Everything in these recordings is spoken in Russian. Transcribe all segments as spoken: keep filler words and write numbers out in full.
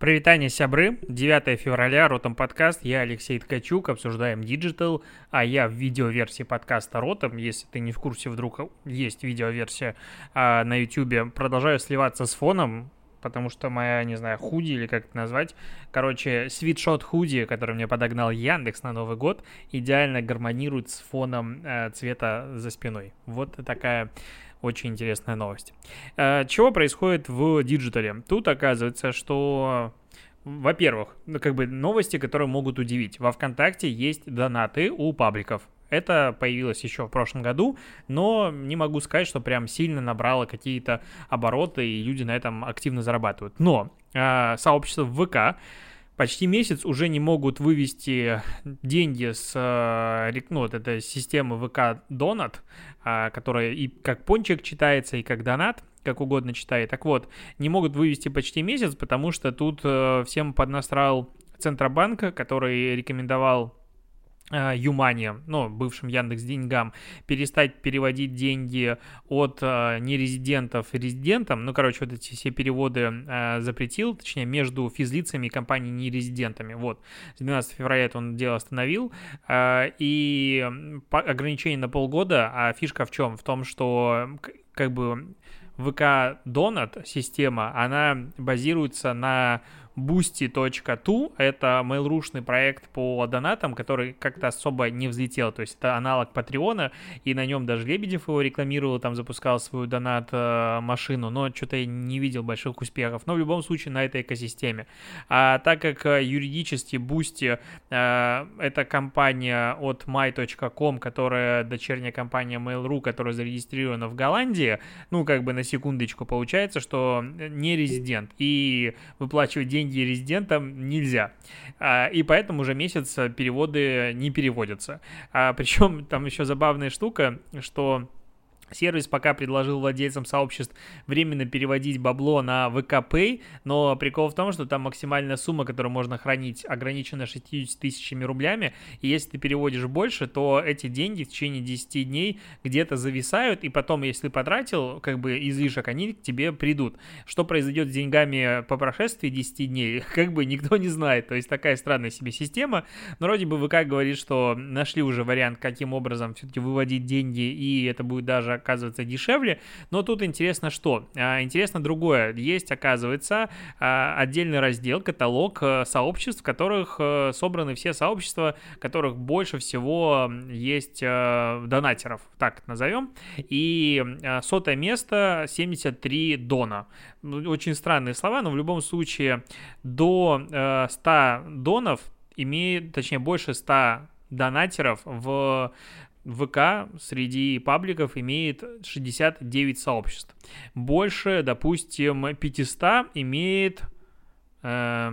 Привитание, сябры. девятое февраля, Ротом подкаст. Я Алексей Ткачук, обсуждаем диджитал, а я в видеоверсии подкаста Ротом. Если ты не в курсе, вдруг есть видеоверсия а, на YouTube, продолжаю сливаться с фоном, потому что моя, не знаю, худи или как это назвать, короче, свитшот худи, который мне подогнал Яндекс на Новый год, идеально гармонирует с фоном э, цвета за спиной. Вот такая очень интересная новость. Э, чего происходит в диджитале? Тут оказывается, что, во-первых, ну, как бы новости, которые могут удивить. Во ВКонтакте есть донаты у пабликов. Это появилось еще в прошлом году, но не могу сказать, что прям сильно набрало какие-то обороты, и люди на этом активно зарабатывают. Но э, сообщество в ВК почти месяц уже не могут вывести деньги с ну, вот этой системы ВК Донат, э, которая и как пончик читается, и как донат, как угодно читает. Так вот, не могут вывести почти месяц, потому что тут э, всем поднасрал Центробанк, который рекомендовал Юмани, ну, бывшим Яндекс.Деньгам, перестать переводить деньги от э, нерезидентов резидентам, ну, короче, вот эти все переводы э, запретил, точнее, между физлицами и компанией нерезидентами, вот, с двенадцатого февраля это он дело остановил, э, и по, ограничение на полгода, а фишка в чем? В том, что, как бы, ВК Донат система, она базируется на boosty точка ту, это mail.ru-шный проект по донатам, который как-то особо не взлетел, то есть это аналог Патреона, и на нем даже Лебедев его рекламировал, там запускал свою донат-машину, но что-то я не видел больших успехов, но в любом случае на этой экосистеме. А так как юридически Boosty э, это компания от my точка com, которая дочерняя компания Mail.ru, которая зарегистрирована в Голландии, ну как бы на секундочку получается, что не резидент, и выплачивать деньги резидентам нельзя. И поэтому уже месяц переводы не переводятся. Причем там еще забавная штука, что сервис пока предложил владельцам сообществ временно переводить бабло на ВК-Pay, но прикол в том, что там максимальная сумма, которую можно хранить, ограничена шестьюдесятью тысячами рублями, и если ты переводишь больше, то эти деньги в течение десяти дней где-то зависают, и потом, если потратил, как бы, излишек, они к тебе придут. Что произойдет с деньгами по прошествии десяти дней, как бы никто не знает, то есть такая странная себе система, но вроде бы ВК говорит, что нашли уже вариант, каким образом все-таки выводить деньги, и это будет даже оказывается дешевле, но тут интересно что? А, интересно другое. Есть, оказывается, а, отдельный раздел, каталог а, сообществ, в которых а, собраны все сообщества, в которых больше всего есть а, донатеров, так это назовем, и а, сотое место семьдесят три дона. Очень странные слова, но в любом случае до а, ста донов имеет, точнее больше ста донатеров в ВК среди пабликов имеет шестьдесят девять сообществ. Больше, допустим, пятьсот имеет э,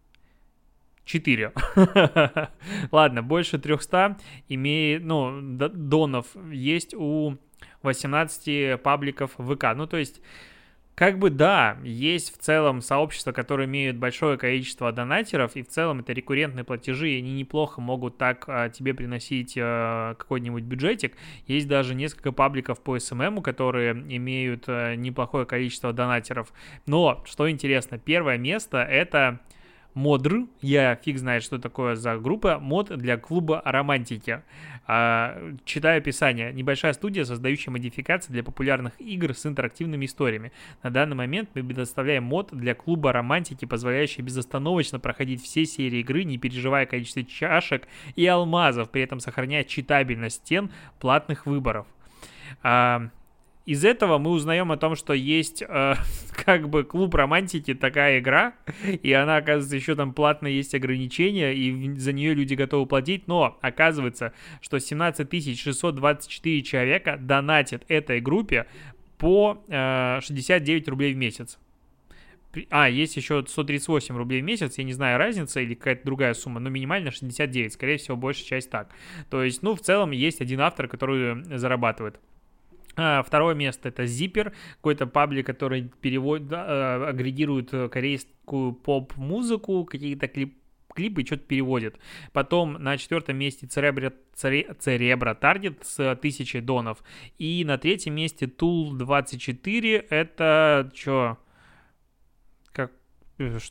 четыре. Ладно, больше трехсот имеет, ну, донов есть у восемнадцати пабликов ВК. Ну, то есть, как бы да, есть в целом сообщества, которые имеют большое количество донатеров, и в целом это рекуррентные платежи, и они неплохо могут так а, тебе приносить а, какой-нибудь бюджетик. Есть даже несколько пабликов по эс эм эм, которые имеют а, неплохое количество донатеров. Но, что интересно, первое место это Модр, я фиг знает, что такое за группа, мод для клуба романтики. А, читаю описание. Небольшая студия, создающая модификации для популярных игр с интерактивными историями. На данный момент мы предоставляем мод для клуба романтики, позволяющий безостановочно проходить все серии игры, не переживая количество чашек и алмазов, при этом сохраняя читабельность стен платных выборов. А, Из этого мы узнаем о том, что есть э, как бы клуб романтики, такая игра, и она, оказывается, еще там платно есть ограничения, и за нее люди готовы платить, но оказывается, что семнадцать тысяч шестьсот двадцать четыре человека донатят этой группе по э, шестьдесят девять рублей в месяц. А, есть еще сто тридцать восемь рублей в месяц, я не знаю, разница или какая-то другая сумма, но минимально шестьдесят девять, скорее всего, большая часть так. То есть, ну, в целом есть один автор, который зарабатывает. Второе место — это Zipper, какой-то паблик, который переводит, да, агрегирует корейскую поп-музыку, какие-то клипы, клипы что-то переводит. Потом на четвертом месте Cerebro, Cerebro Target с тысячей донов. И на третьем месте Tool двадцать четыре, это что? Как, что,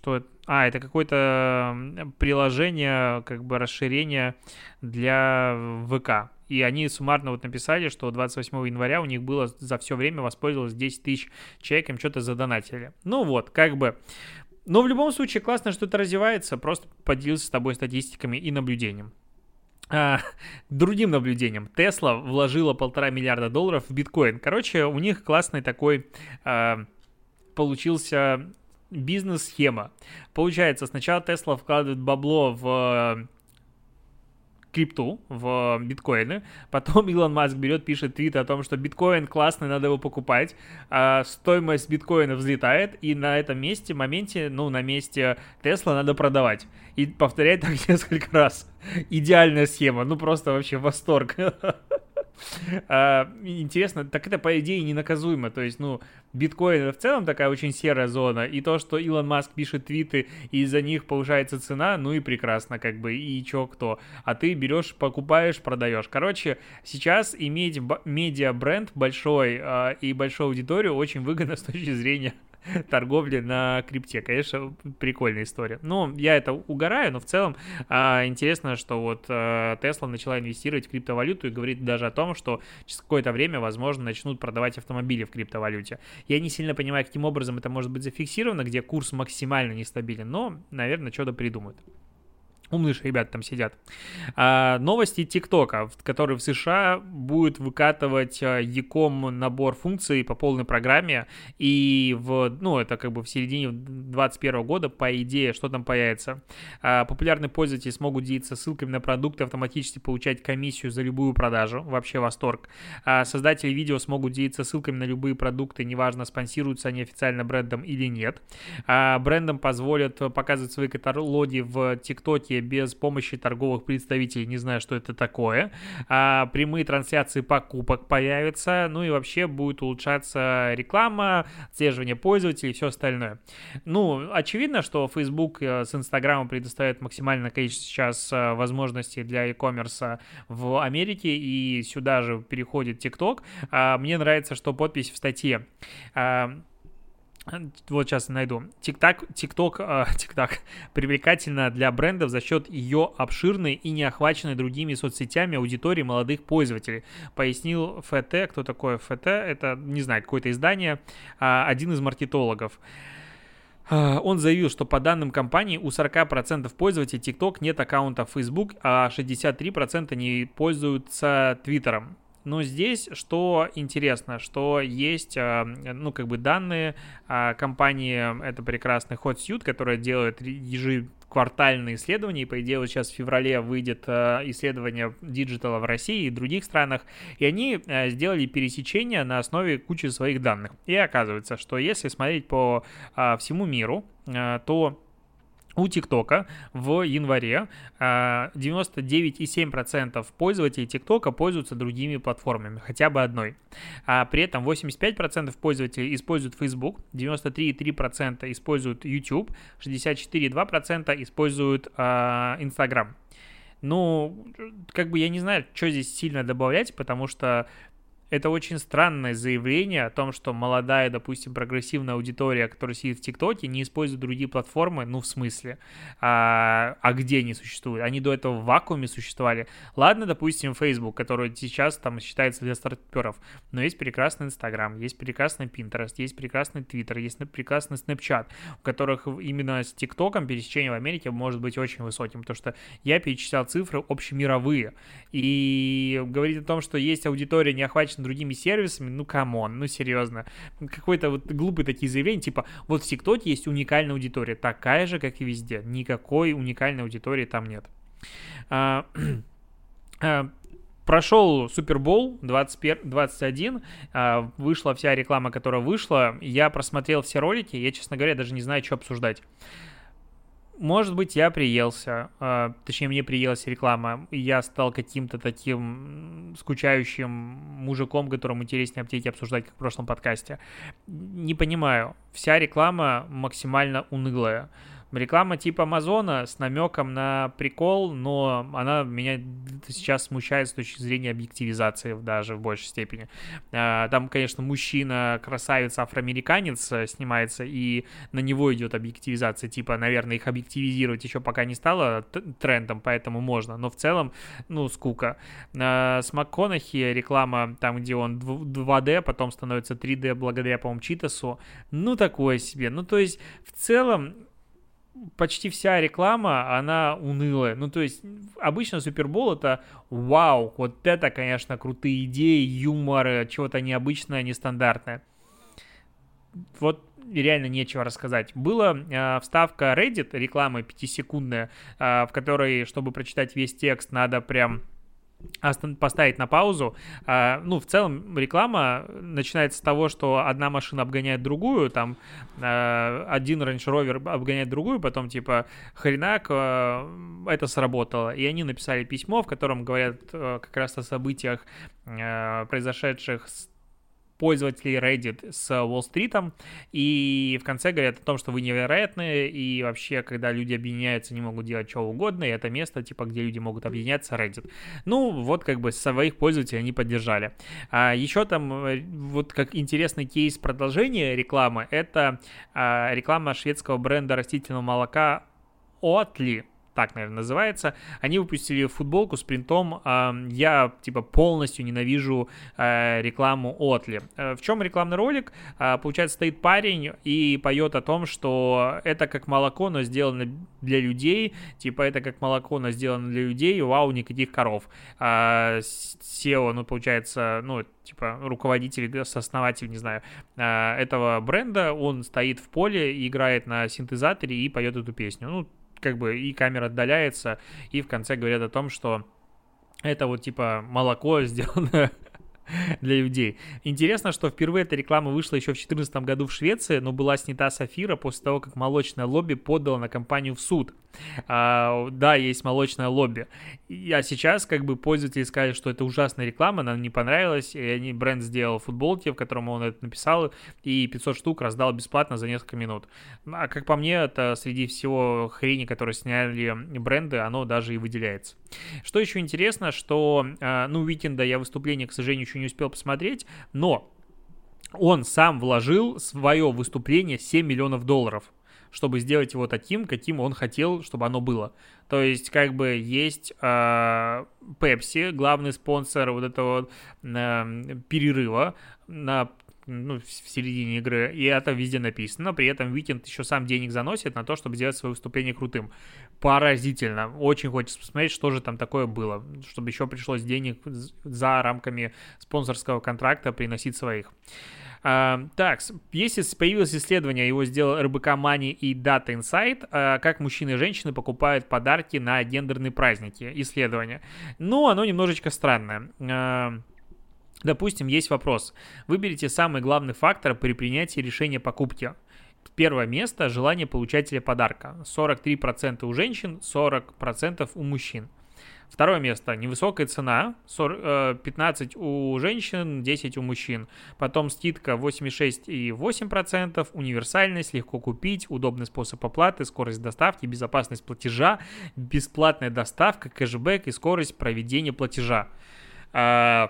А, это какое-то приложение, как бы расширение для ВК. И они суммарно вот написали, что двадцать восьмого января у них было за все время воспользовалось десять тысяч человек, им что-то задонатили. Ну вот, как бы. Но в любом случае классно, что это развивается. Просто поделился с тобой статистиками и наблюдением. А, другим наблюдением. Tesla вложила полтора миллиарда долларов в биткоин. Короче, у них классный такой а, получился бизнес-схема. Получается, сначала Tesla вкладывает бабло в крипту, в биткоины, потом Илон Маск берет, пишет твит о том, что биткоин классный, надо его покупать, а стоимость биткоина взлетает, и на этом месте, моменте, ну, на месте Тесла надо продавать. И повторяет так несколько раз. Идеальная схема, ну, просто вообще восторг. А, интересно, так это, по идее, ненаказуемо. То есть, ну, биткоин это в целом такая очень серая зона. И то, что Илон Маск пишет твиты, и из-за них повышается цена, ну и прекрасно, как бы, и чё кто. А ты берешь, покупаешь, продаешь. Короче, сейчас иметь медиа-бренд большой а, и большую аудиторию очень выгодно с точки зрения торговли на крипте. Конечно, прикольная история. Ну, я это угораю, но в целом а, интересно, что вот а, Tesla начала инвестировать в криптовалюту и говорит даже о том, что через какое-то время, возможно, начнут продавать автомобили в криптовалюте. Я не сильно понимаю, каким образом это может быть зафиксировано, где курс максимально нестабилен, но, наверное, что-то придумают. Умные же ребята там сидят. А, новости ТикТока, который в США будет выкатывать e-com набор функций по полной программе. И в, ну, это как бы в середине двадцать первого года, по идее, что там появится. А, популярные пользователи смогут делиться ссылками на продукты, автоматически получать комиссию за любую продажу. Вообще восторг. А, создатели видео смогут делиться ссылками на любые продукты, неважно, спонсируются они официально брендом или нет. А, брендам позволят показывать свои каталоги в ТикТоке без помощи торговых представителей, не знаю, что это такое. А, прямые трансляции покупок появятся, ну и вообще будет улучшаться реклама, отслеживание пользователей и все остальное. Ну, очевидно, что Facebook с Instagram предоставляет максимальное количество сейчас возможностей для e-commerce в Америке, и сюда же переходит TikTok. А, мне нравится, что подпись в статье. А, Вот сейчас найду. TikTok, TikTok, э, TikTok привлекательна для брендов за счет ее обширной и не охваченной другими соцсетями аудитории молодых пользователей, пояснил эф ти. Кто такой эф ти? Это, не знаю, какое-то издание, э, один из маркетологов. Э, он заявил, что по данным компании у сорок процентов пользователей TikTok нет аккаунта в Facebook, а шестьдесят три процента не пользуются Твиттером. Но здесь, что интересно, что есть, ну, как бы данные компании, это прекрасный Hotsuite, которая делает ежеквартальные исследования, и, по идее, вот сейчас в феврале выйдет исследование диджитала в России и других странах, и они сделали пересечение на основе кучи своих данных. И оказывается, что если смотреть по всему миру, то у ТикТока в январе девяносто девять целых семь десятых процента пользователей ТикТока пользуются другими платформами, хотя бы одной. А при этом восемьдесят пять процентов пользователей используют Facebook, девяносто три целых три десятых процента используют YouTube, шестьдесят четыре целых два десятых процента используют а, Instagram. Ну, как бы я не знаю, что здесь сильно добавлять, потому что это очень странное заявление о том, что молодая, допустим, прогрессивная аудитория, которая сидит в ТикТоке, не использует другие платформы. Ну, в смысле? А, а где они существуют? Они до этого в вакууме существовали. Ладно, допустим, Facebook, который сейчас там считается для старперов, но есть прекрасный Instagram, есть прекрасный Pinterest, есть прекрасный Twitter, есть прекрасный Snapchat, у которых именно с ТикТоком пересечение в Америке может быть очень высоким, потому что я перечислял цифры общемировые. И говорить о том, что есть аудитория, не охвачена другими сервисами, ну, камон, ну, серьезно. Какой-то вот глупые такие заявления, типа, вот в ТикТоке есть уникальная аудитория, такая же, как и везде. Никакой уникальной аудитории там нет. А, а, прошел Супербол двадцать один, а, вышла вся реклама, которая вышла. Я просмотрел все ролики, я, честно говоря, даже не знаю, что обсуждать. Может быть, я приелся, э, точнее, мне приелась реклама, и я стал каким-то таким скучающим мужиком, которому интереснее аптеки обсуждать, как в прошлом подкасте. Не понимаю, вся реклама максимально унылая. Реклама типа Амазона с намеком на прикол, но она меня сейчас смущает с точки зрения объективизации даже в большей степени. Там, конечно, мужчина, красавец, афроамериканец снимается, и на него идет объективизация, типа, наверное, их объективизировать еще пока не стало трендом, поэтому можно, но в целом, ну, скука. С МакКонахи реклама, там, где он два дэ, потом становится три дэ благодаря, по-моему, Читасу, ну, такое себе. Ну, то есть, в целом, почти вся реклама, она унылая. Ну, то есть, обычно Супербол — это вау, вот это, конечно, крутые идеи, юмор, чего-то необычное, нестандартное. Вот реально нечего рассказать. Была э, вставка Reddit, реклама пятисекундная, э, в которой, чтобы прочитать весь текст, надо прям поставить на паузу. Ну, в целом, реклама начинается с того, что одна машина обгоняет другую, там один Range Rover обгоняет другую, потом типа хренак, это сработало. И они написали письмо, в котором говорят как раз о событиях, произошедших с пользователей Reddit с Уолл-стритом, и в конце говорят о том, что вы невероятные, и вообще, когда люди объединяются, не могут делать что угодно, и это место, типа, где люди могут объединяться, Reddit. Ну, вот, как бы, своих пользователей они поддержали. А еще там, вот, как интересный кейс продолжения рекламы, это а, реклама шведского бренда растительного молока Oatly, так, наверное, называется. Они выпустили футболку с принтом э, «Я, типа, полностью ненавижу э, рекламу Oatly». Э, в чем рекламный ролик? Э, получается, стоит парень и поет о том, что это как молоко, но сделано для людей. Типа, это как молоко, но сделано для людей. Вау, никаких коров. Э, сео, ну, получается, ну, типа, руководитель, сооснователь, не знаю, э, этого бренда, он стоит в поле, играет на синтезаторе и поет эту песню. Ну, как бы и камера отдаляется, и в конце говорят о том, что это вот типа молоко сделано для людей. Интересно, что впервые эта реклама вышла еще в две тысячи четырнадцатом году в Швеции, но была снята с эфира после того, как молочное лобби подало на компанию в суд. А, да, есть молочное лобби. И, а сейчас как бы пользователи сказали, что это ужасная реклама, нам не понравилась, и они, бренд сделал футболки, в котором он это написал, и пятьсот штук раздал бесплатно за несколько минут. А как по мне, это среди всего хрени, которые сняли бренды, оно даже и выделяется. Что еще интересно, что, ну, Уикенда я выступление, к сожалению, еще не успел посмотреть, но он сам вложил в свое выступление семь миллионов долларов, чтобы сделать его таким, каким он хотел, чтобы оно было. То есть, как бы, есть э, Pepsi, главный спонсор вот этого э, перерыва на, ну, в середине игры, и это везде написано. При этом Уикенд еще сам денег заносит на то, чтобы сделать свое выступление крутым. Поразительно. Очень хочется посмотреть, что же там такое было, чтобы еще пришлось денег за рамками спонсорского контракта приносить своих. Uh, так, если появилось исследование, его сделал эр бэ ка Money и Data Insight, uh, как мужчины и женщины покупают подарки на гендерные праздники. Исследование. Ну, оно немножечко странное. Uh, допустим, есть вопрос. Выберите самый главный фактор при принятии решения покупки. Первое место – желание получателя подарка. сорок три процента у женщин, сорок процентов у мужчин. Второе место – невысокая цена, пятнадцать процентов у женщин, десять процентов у мужчин. Потом скидка восемьдесят шесть целых восемь десятых процента, универсальность, легко купить, удобный способ оплаты, скорость доставки, безопасность платежа, бесплатная доставка, кэшбэк и скорость проведения платежа. А,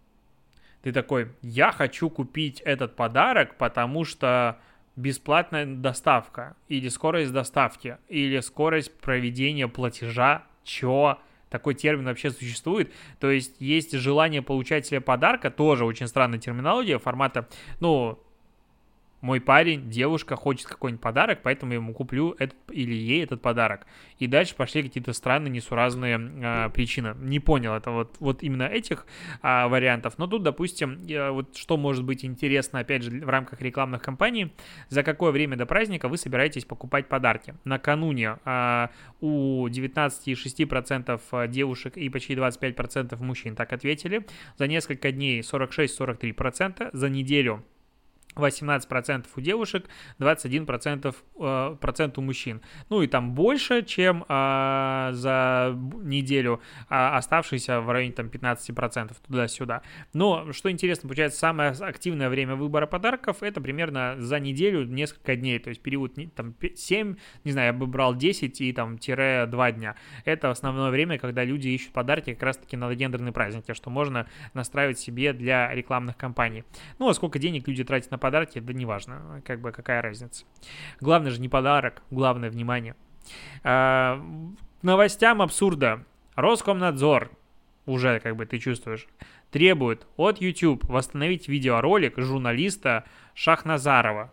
ты такой, я хочу купить этот подарок, потому что бесплатная доставка, или скорость доставки, или скорость проведения платежа, чё? Такой термин вообще существует. То есть есть желание получателя подарка, тоже очень странная терминология формата, ну, мой парень, девушка хочет какой-нибудь подарок, поэтому я ему куплю этот, или ей этот подарок. И дальше пошли какие-то странные, несуразные а, причины. Не понял это вот, вот именно этих а, вариантов. Но тут, допустим, я, вот что может быть интересно, опять же, в рамках рекламных кампаний, за какое время до праздника вы собираетесь покупать подарки. Накануне а, у девятнадцать целых шесть десятых процента девушек и почти двадцать пять процентов мужчин так ответили. За несколько дней сорок шесть - сорок три процента. За неделю восемнадцать процентов у девушек, двадцать один процент, э, процент у мужчин. Ну и там больше, чем э, за неделю, а оставшиеся в районе там, пятнадцать процентов туда-сюда. Но, что интересно, получается, самое активное время выбора подарков это примерно за неделю несколько дней, то есть период там, семь, не знаю, я бы брал десять и там тире два дня. Это основное время, когда люди ищут подарки как раз-таки на гендерные праздники, что можно настраивать себе для рекламных кампаний. Ну, а сколько денег люди тратят на подарки, да неважно, как бы какая разница. Главное же не подарок, главное внимание. А, новостям абсурда. Роскомнадзор, уже как бы ты чувствуешь, требует от YouTube восстановить видеоролик журналиста Шахназарова.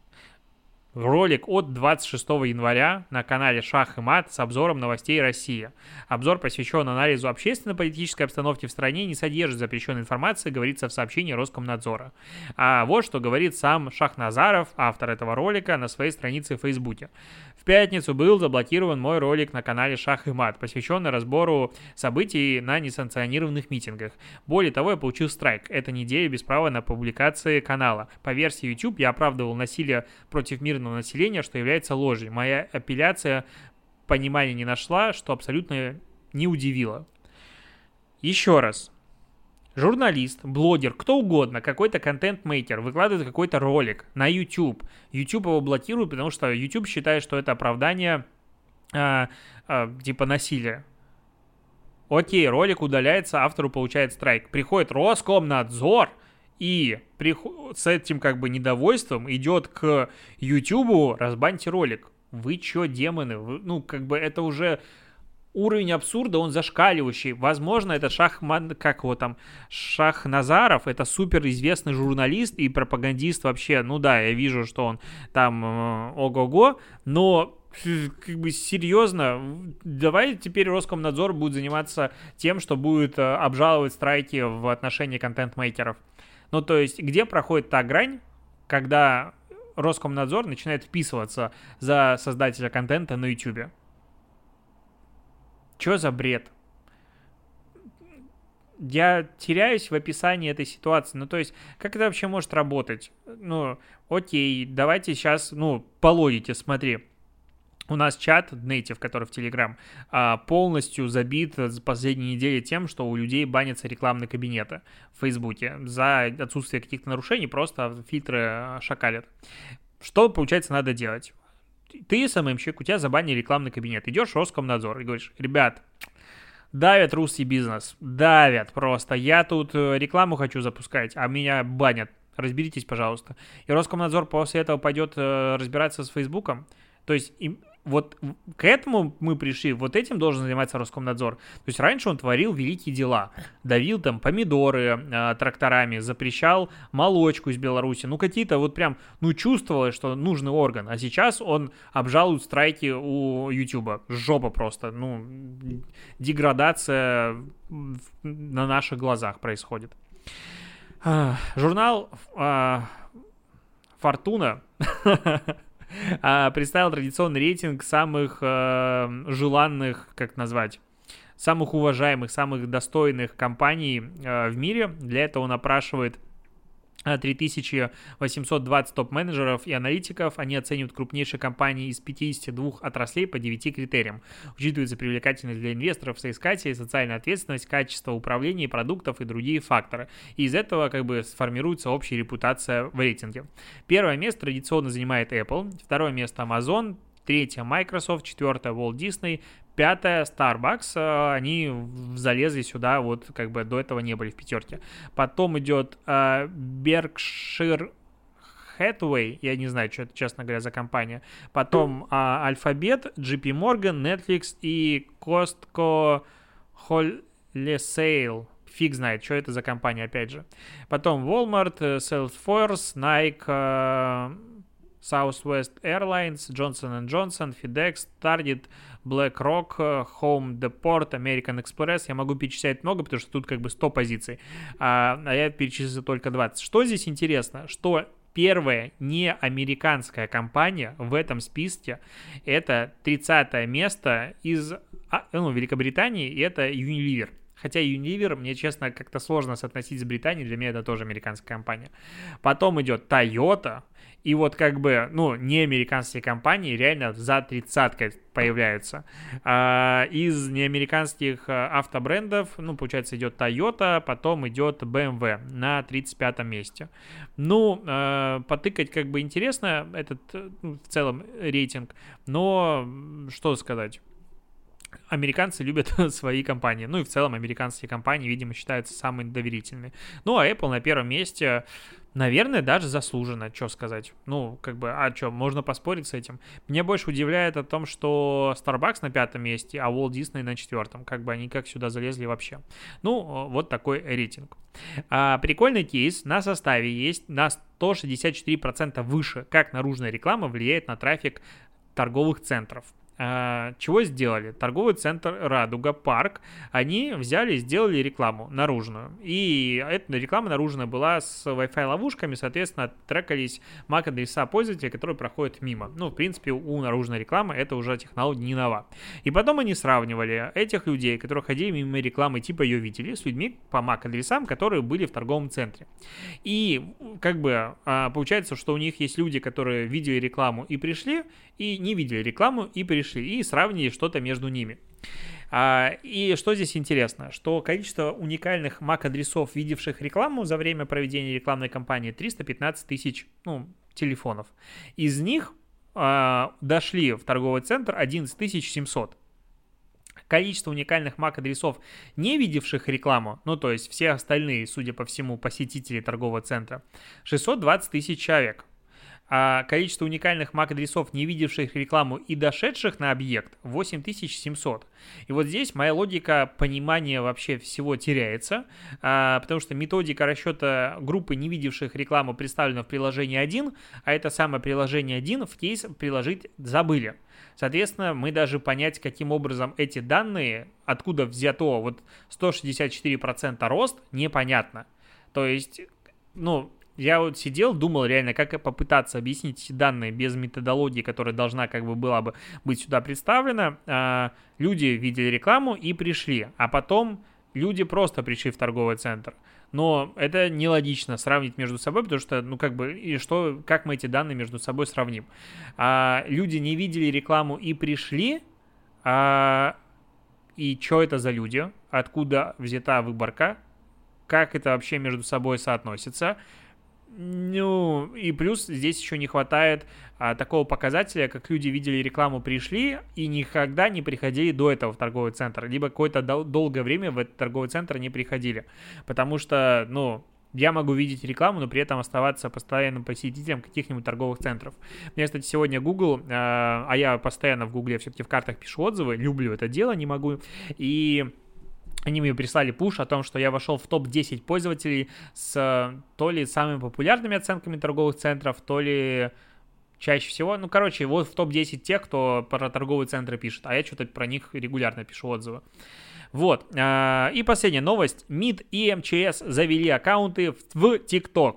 Ролик от двадцать шестого января на канале «Шах и мат» с обзором новостей России. Обзор посвящен анализу общественно-политической обстановки в стране, не содержит запрещенной информации, говорится в сообщении Роскомнадзора. А вот что говорит сам Шахназаров, автор этого ролика, на своей странице в Фейсбуке. В пятницу был заблокирован мой ролик на канале «Шах и мат», посвященный разбору событий на несанкционированных митингах. Более того, я получил страйк. Это неделя без права на публикации канала. По версии YouTube я оправдывал насилие против мирного населения, что является ложью. Моя апелляция понимания не нашла, что абсолютно не удивило. Еще раз. Журналист, блогер, кто угодно, какой-то контент-мейкер выкладывает какой-то ролик на YouTube. YouTube его блокирует, потому что YouTube считает, что это оправдание э, э, типа насилия. Окей, ролик удаляется, автору получает страйк. Приходит Роскомнадзор и приход... с этим как бы недовольством идет к YouTube: разбаньте ролик. Вы чё, демоны? Вы... Ну, как бы это уже... Уровень абсурда, он зашкаливающий. Возможно, это Шах, как его там, Шахназаров, это суперизвестный журналист и пропагандист вообще. Ну да, я вижу, что он там э, ого-го, но как бы серьезно, давай теперь Роскомнадзор будет заниматься тем, что будет э, обжаловать страйки в отношении контент-мейкеров. Ну то есть, где проходит та грань, когда Роскомнадзор начинает вписываться за создателя контента на YouTube? Чё за бред? Я теряюсь в описании этой ситуации. Ну, то есть, как это вообще может работать? Ну, окей, давайте сейчас, ну, по логике, смотри. У нас чат Native, который в Telegram, полностью забит за последние недели тем, что у людей банятся рекламные кабинеты в Фейсбуке за отсутствие каких-то нарушений, просто фильтры шакалят. Что, получается, надо делать? Ты, СММщик, у тебя забанили рекламный кабинет. Идешь в Роскомнадзор и говоришь: ребят, давят русский бизнес, давят просто. Я тут рекламу хочу запускать, а меня банят. Разберитесь, пожалуйста. И Роскомнадзор после этого пойдет разбираться с Фейсбуком. То есть им, вот к этому мы пришли, вот этим должен заниматься Роскомнадзор. То есть раньше он творил великие дела, давил там помидоры э, тракторами, запрещал молочку из Беларуси, ну какие-то вот прям, ну чувствовалось, что нужный орган. А сейчас он обжалует страйки у Ютуба. Жопа просто, ну деградация на наших глазах происходит. Журнал э, «Фортуна» представил традиционный рейтинг самых э, желанных, как назвать, самых уважаемых, самых достойных компаний э, в мире. Для этого он опрашивает три тысячи восемьсот двадцать топ-менеджеров и аналитиков. Они оценивают крупнейшие компании из пятидесяти двух отраслей по девяти критериям. Учитывается привлекательность для инвесторов, соискателей, социальная ответственность, качество управления продуктов и другие факторы. И из этого как бы сформируется общая репутация в рейтинге. Первое место традиционно занимает Apple, второе место Amazon, третье Microsoft, четвертое Walt Disney, пятое Starbucks. Они залезли сюда, вот как бы до этого не были в пятерке. Потом идет э, Berkshire Hathaway, я не знаю, что это, честно говоря, за компания. Потом э, Alphabet, джей пи Morgan, Netflix и Costco Wholesale. Фиг знает, что это за компания, опять же. Потом Walmart, Salesforce, Nike, э, Southwest Airlines, Johnson энд Johnson, FedEx, Target, BlackRock, Home Depot, American Express. Я могу перечислять много, потому что тут как бы сто позиций, а, а я перечислил только двадцать. Что здесь интересно? Что первая неамериканская компания в этом списке — это тридцатое место из ну, Великобритании, и это Unilever. Хотя Unilever, мне, честно, как-то сложно соотносить с Британией, для меня это тоже американская компания. Потом идет Toyota, и вот как бы, ну, не американские компании реально за тридцаткой появляются. А, из неамериканских автобрендов, ну, получается, идет Toyota, потом идет бэ эм вэ на тридцать пятом месте. Ну, а, потыкать как бы интересно этот, ну, в целом рейтинг, но что сказать? Американцы любят свои компании. Ну и в целом американские компании, видимо, считаются самыми доверительными. Ну а Apple на первом месте, наверное, даже заслуженно, что сказать. Ну, как бы, а что, можно поспорить с этим. Меня больше удивляет о том, что Starbucks на пятом месте, а Walt Disney на четвертом. Как бы они как сюда залезли вообще. Ну, вот такой рейтинг. А, прикольный кейс. На составе есть на сто шестьдесят четыре процента выше, как наружная реклама влияет на трафик торговых центров. Uh, чего сделали? Торговый центр Радуга Парк, они взяли и сделали рекламу наружную. И эта реклама наружная была с Wi-Fi ловушками, соответственно, трекались эм эй си-адреса пользователей, которые проходят мимо. Ну, в принципе, у наружной рекламы это уже технология не нова. И потом они сравнивали этих людей, которые ходили мимо рекламы, типа ее видели, с людьми по эм эй си-адресам, которые были в торговом центре. И как бы получается, что у них есть люди, которые видели рекламу и пришли, и не видели рекламу и пришли. И сравнили что-то между ними. А, и что здесь интересно, что количество уникальных эм эй си-адресов, видевших рекламу за время проведения рекламной кампании, триста пятнадцать тысяч, ну, телефонов. Из них а, дошли в торговый центр одиннадцать тысяч семьсот. Количество уникальных эм эй си-адресов, не видевших рекламу, ну, то есть все остальные, судя по всему, посетители торгового центра, шестьсот двадцать тысяч человек. А количество уникальных эм эй си-адресов, не видевших рекламу и дошедших на объект, восемь тысяч семьсот. И вот здесь моя логика понимания вообще всего теряется, а, потому что методика расчета группы, не видевших рекламу, представлена в приложении один, а это самое приложение один в кейс приложить забыли. Соответственно, мы даже понять, каким образом эти данные, откуда взято вот сто шестьдесят четыре процента рост, непонятно. То есть, ну... Я вот сидел, думал реально, как попытаться объяснить эти данные без методологии, которая должна как бы была бы быть сюда представлена. А, люди видели рекламу и пришли, а потом люди просто пришли в торговый центр. Но это нелогично сравнить между собой, потому что, ну как бы, и что, как мы эти данные между собой сравним? А, люди не видели рекламу и пришли, а, и что это за люди? Откуда взята выборка? Как это вообще между собой соотносится? Ну, и плюс здесь еще не хватает а, такого показателя, как люди видели рекламу, пришли и никогда не приходили до этого в торговый центр, либо какое-то дол- долгое время в этот торговый центр не приходили, потому что, ну, я могу видеть рекламу, но при этом оставаться постоянным посетителем каких-нибудь торговых центров. Мне, кстати, сегодня Google, э, а я постоянно в Гугле все-таки в картах пишу отзывы, люблю это дело, не могу, и... Они мне прислали пуш о том, что я вошел в топ десять пользователей с то ли самыми популярными оценками торговых центров, то ли чаще всего. Ну, короче, вот в топ десять тех, кто про торговые центры пишет, а я что-то про них регулярно пишу отзывы. Вот. И последняя новость. МИД и эм че эс завели аккаунты в TikTok.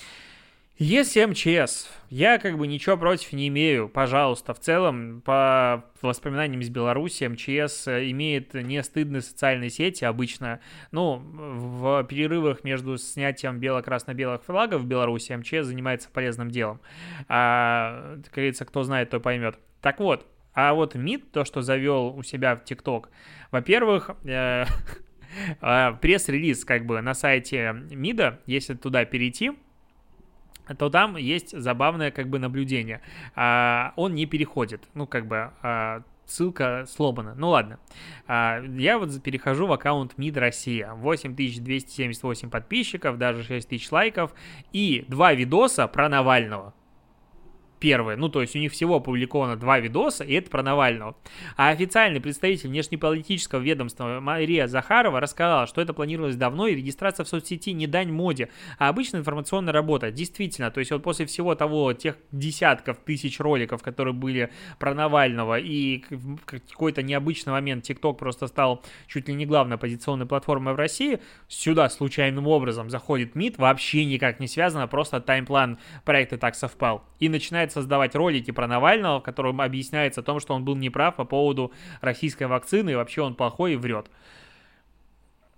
Если эм че эс, я как бы ничего против не имею, пожалуйста. В целом, по воспоминаниям из Беларуси, эм че эс имеет не стыдные социальные сети обычно. Ну, в перерывах между снятием бело-красно-белых флагов в Беларуси эм че эс занимается полезным делом. А, как говорится, кто знает, то поймет. Так вот, а вот МИД, то, что завел у себя в ТикТок, во-первых, э, пресс-релиз как бы на сайте МИДа, если туда перейти, то там есть забавное как бы наблюдение. А, он не переходит. Ну, как бы а, ссылка сломана. Ну, ладно. А, я вот перехожу в аккаунт МИД Россия. восемь тысяч двести семьдесят восемь подписчиков, даже шесть тысяч лайков. И два видоса про Навального. Первое, ну то есть у них всего опубликовано два видоса, и это про Навального. А официальный представитель внешнеполитического ведомства Мария Захарова рассказала, что это планировалось давно, и регистрация в соцсети не дань моде, а обычная информационная работа. Действительно, то есть вот после всего того, тех десятков тысяч роликов, которые были про Навального, и в какой-то необычный момент TikTok просто стал чуть ли не главной оппозиционной платформой в России, сюда случайным образом заходит МИД, вообще никак не связано, просто таймплан проекта так совпал, и начинает создавать ролики про Навального, в котором объясняется о том, что он был неправ по поводу российской вакцины, и вообще он плохой и врет.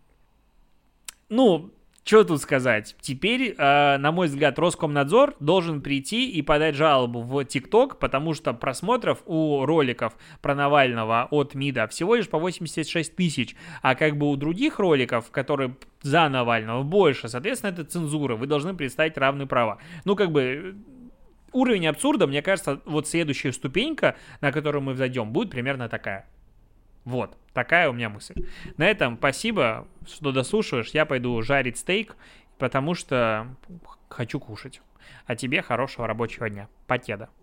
ну, что тут сказать? Теперь, э, на мой взгляд, Роскомнадзор должен прийти и подать жалобу в ТикТок, потому что просмотров у роликов про Навального от МИДа всего лишь по восемьдесят шесть тысяч, а как бы у других роликов, которые за Навального, больше, соответственно, это цензура, вы должны представить равные права. Ну, как бы... Уровень абсурда, мне кажется, вот следующая ступенька, на которую мы взойдем, будет примерно такая. Вот, такая у меня мысль. На этом спасибо, что дослушиваешь. Я пойду жарить стейк, потому что хочу кушать. А тебе хорошего рабочего дня. Покеда.